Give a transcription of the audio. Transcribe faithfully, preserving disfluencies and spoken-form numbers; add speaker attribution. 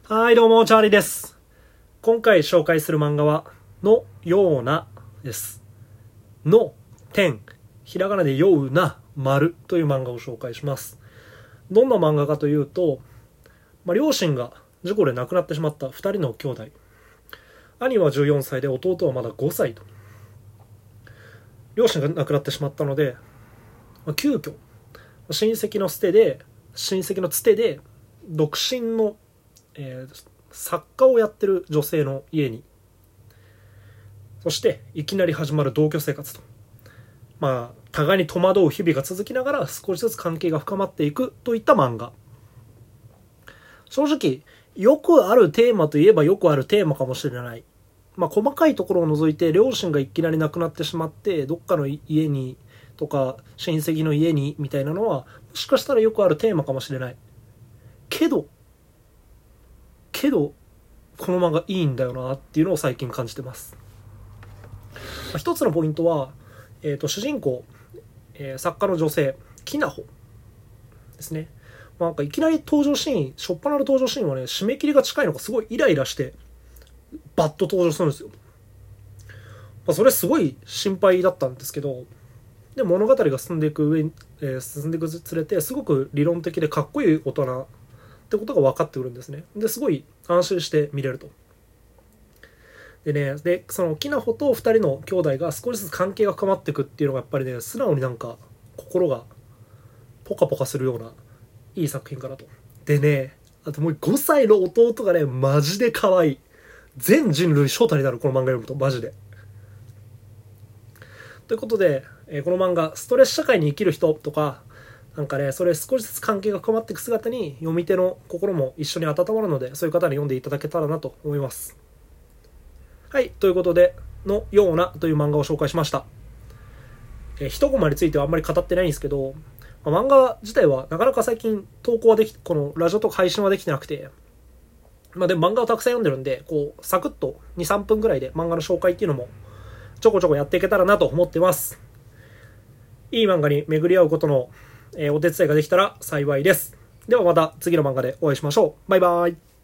Speaker 1: はいどうもチャーリーです。今回紹介する漫画はのようなです。の点ひらがなでような丸という漫画を紹介します。どんな漫画かというと、まあ、両親が事故で亡くなってしまったふたりの兄弟。兄はじゅうよんさいで弟はまだごさいと。両親が亡くなってしまったので、まあ、急遽親戚のつてで親戚のつてで独身のえー、作家をやってる女性の家に、そしていきなり始まる同居生活と、まあ互いに戸惑う日々が続きながら少しずつ関係が深まっていくといった漫画。正直よくあるテーマといえばよくあるテーマかもしれない。まあ細かいところを除いて両親がいきなり亡くなってしまってどっかの家にとか親戚の家にみたいなのはもしかしたらよくあるテーマかもしれないけどけどこの漫画いいんだよなっていうのを最近感じてます。一つのポイントは、えー、と主人公、えー、作家の女性きなほですね。なんかいきなり登場シーン初っ端の登場シーンはね、締め切りが近いのかすごいイライラしてバッと登場するんですよ。まあ、それすごい心配だったんですけど、で物語が進んでいく上に、えー、進んでいくにつれてすごく理論的でかっこいい大人ってことが分かってくるんですね。ですごい安心して見れると。でね、でそのきなほとふたりの兄弟が少しずつ関係が深まっていくっていうのがやっぱりね、素直になんか心がポカポカするようないい作品かなと。でね、あともうごさいの弟がねマジで可愛い。全人類翔太になるこの漫画読むとマジで。ということで、えー、この漫画ストレス社会に生きる人とかなんかね、それ少しずつ関係が深まっていく姿に読み手の心も一緒に温まるので、そういう方に読んでいただけたらなと思います。はい、ということでのようなという漫画を紹介しました。えー、一コマについてはあんまり語ってないんですけど、まあ、漫画自体はなかなか最近投稿はできこのラジオとか配信はできてなくて、まあ、でも漫画をたくさん読んでるんで、こうサクッと にさんぷんぐらいで漫画の紹介っていうのもちょこちょこやっていけたらなと思ってます。いい漫画に巡り合うことのえー、お手伝いができたら幸いです。ではまた次の漫画でお会いしましょう。バイバイ。